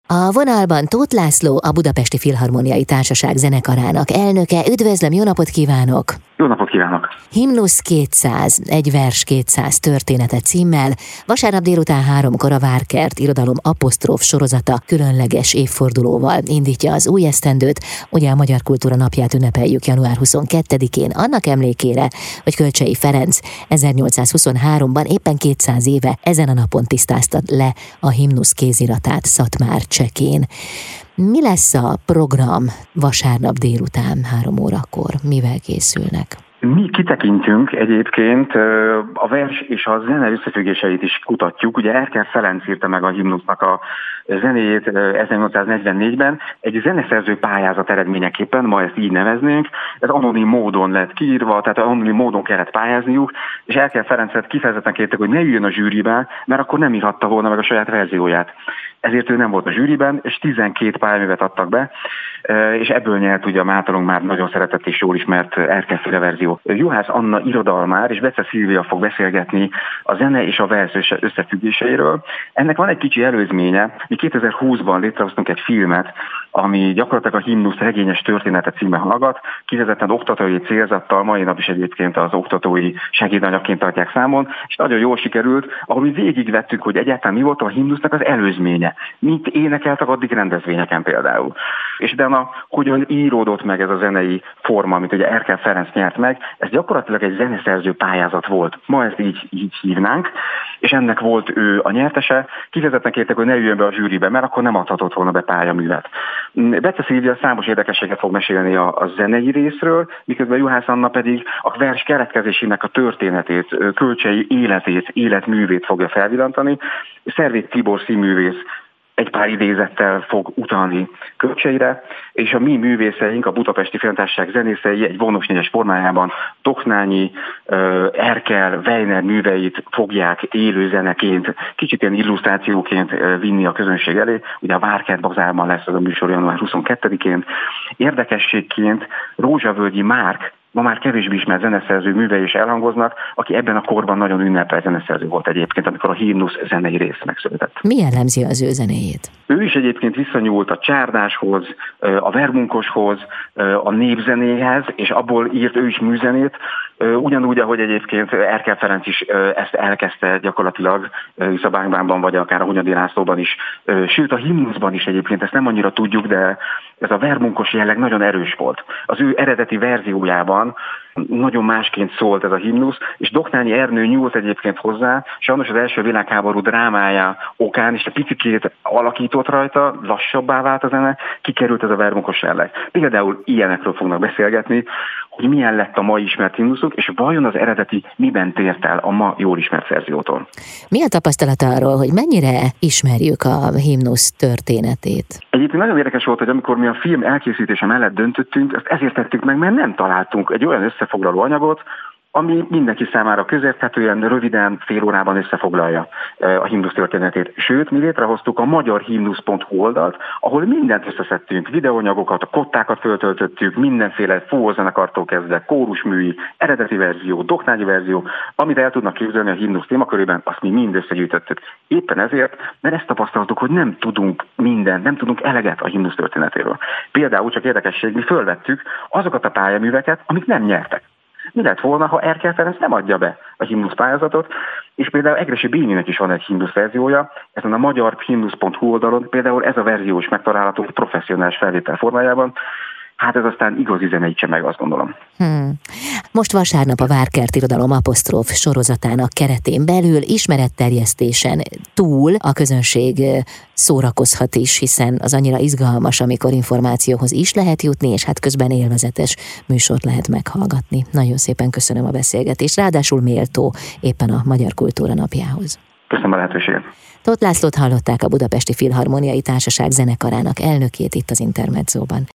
A vonalban Tóth László, a Budapesti Filharmoniai Társaság zenekarának elnöke. Üdvözlöm, jó napot kívánok! Jó napot kívánok! Himnusz 200, egy vers 200 története címmel vasárnap délután 3-kor a Várkert irodalom apostróf sorozata különleges évfordulóval indítja az új esztendőt. Ugye a Magyar Kultúra Napját ünnepeljük január 22-én, annak emlékére, hogy Kölcsey Ferenc 1823-ban éppen 200 éve ezen a napon tisztázta le a himnusz kéziratát Szatmár csekén. Mi lesz a program vasárnap délután 3 órakor? Mivel készülnek? Mi kitekintünk egyébként, a vers és a zene összefüggéseit is kutatjuk. Ugye Erkel Ferenc írta meg a himnusznak a zenéjét 1844-ben, egy zeneszerző pályázat eredményeképpen, ma ezt így neveznénk, ez anonim módon lett kiírva, tehát anonim módon kellett pályázniuk, és Erkel Ferencet kifejezetten kértek, hogy ne üljön a zsűribe, mert akkor nem írhatta volna meg a saját verzióját. Ezért ő nem volt a zsűriben, és 12 pályaművet adtak be, és ebből nyert ugye a általunk már nagyon szeretett és jól ismert Erkel-féle verzió. Juhász Anna irodalmár és Bece Szilvia fog beszélgetni a zene és a vers összefüggéseiről. Ennek van egy kicsi előzménye. Mi 2020-ban létrehoztunk egy filmet, ami gyakorlatilag a himnusz regényes története címen hallgat, kifejezetten oktatói célzattal, mai nap is egyébként az oktatói segédanyagként tartják számon, és nagyon jól sikerült, ahol mi végigvettük, hogy egyáltalán mi volt a himnusznak az előzménye. Mit énekeltek addig rendezvényeken például. És utána hogyan íródott meg ez a zenei forma, amit ugye Erkel Ferenc nyert meg, ez gyakorlatilag egy zeneszerző pályázat volt. Ma ezt így hívnánk, és ennek volt ő a nyertese. Kifejezetten kértek, hogy ne üljön be a zsűribe, mert akkor nem adhatott volna be pályaművet. Bece Szilvia számos érdekességet fog mesélni a zenei részről, miközben Juhász Anna pedig a vers keletkezésének a történetét, Kölcsey életét, életművét fogja felvillantani. Szervéth Tibor színművész egy pár idézettel fog utalni Kölcseyre, és a mi művészeink, a Budapesti Filmtársaság zenészei egy vonós négyes formájában Toknányi, Erkel, Weiner műveit fogják élő zeneként, kicsit ilyen illusztrációként vinni a közönség elé. Ugye a Várkert bazárban lesz ez a műsor január 22-én. Érdekességként Rózsavölgyi Márk, ma már kevésbé ismert zeneszerző művei is elhangoznak, aki ebben a korban nagyon ünnepelt zeneszerző volt egyébként, amikor a himnusz zenei rész megszületett. Mi jellemzi az ő zenéjét? Ő is egyébként visszanyúlt a csárdáshoz, a vermunkoshoz, a népzenéhez, és abból írt ő is műzenét, ugyanúgy, ahogy egyébként Erkel Ferenc is ezt elkezdte gyakorlatilag Szabánkbánban, vagy akár a Hunyadi Lászlóban is. Sőt, a himnuszban is egyébként, ezt nem annyira tudjuk, de ez a vermunkos jelleg nagyon erős volt. Az ő eredeti verziójában nagyon másként szólt ez a himnusz, és Doknányi Ernő nyúlt egyébként hozzá, sajnos az első világháború drámája okán, és a picikét alakított rajta, lassabbá vált a zene, kikerült ez a vermunkos jelleg. Például ilyenekről fognak beszélgetni, hogy milyen lett a ma ismert himnuszuk, és vajon az eredeti miben tért el a ma jól ismert verziótól. Mi a tapasztalata arról, hogy mennyire ismerjük a himnusz történetét? Egyébként nagyon érdekes volt, hogy amikor mi a film elkészítése mellett döntöttünk, ezt ezért tettük meg, mert nem találtunk egy olyan összefoglaló anyagot, ami mindenki számára közérthetően, röviden, fél órában összefoglalja a himnusz történetét. Sőt, mi létrehoztuk a magyarhimnusz.hu oldalt, ahol mindent összeszedtünk, videóanyagokat, a kottákat föltöltöttük, mindenféle fúvózenekartól kezdve, kórusműi, eredeti verzió, doknányi verzió, amit el tudnak képzelni a himnusz témakörében, azt mi mind összegyűjtöttük. Éppen ezért, mert ezt tapasztaltuk, hogy nem tudunk mindent, nem tudunk eleget a himnusz történetéről. Például csak érdekesség, mi fölvettük azokat a pályaműveket, amik nem nyertek. Mi lett volna, ha Erkel Ferenc nem adja be a himnusz pályázatot, és például Egressy Béninek is van egy himnusz verziója, ezen a magyarhimnusz.hu oldalon például ez a verzió is megtalálható professzionális felvétel formájában. Hát ez aztán igazi zeneit sem meg, azt gondolom. Most vasárnap a Várkert irodalom apostróf sorozatának keretén belül ismeretterjesztésen túl a közönség szórakozhat is, hiszen az annyira izgalmas, amikor információhoz is lehet jutni, és hát közben élvezetes műsort lehet meghallgatni. Nagyon szépen köszönöm a beszélgetést, ráadásul méltó éppen a Magyar Kultúra Napjához. Köszönöm a lehetőséget. Tóth Lászlót hallották, a Budapesti Filharmoniai Társaság zenekarának elnökét itt az Intermedzóban.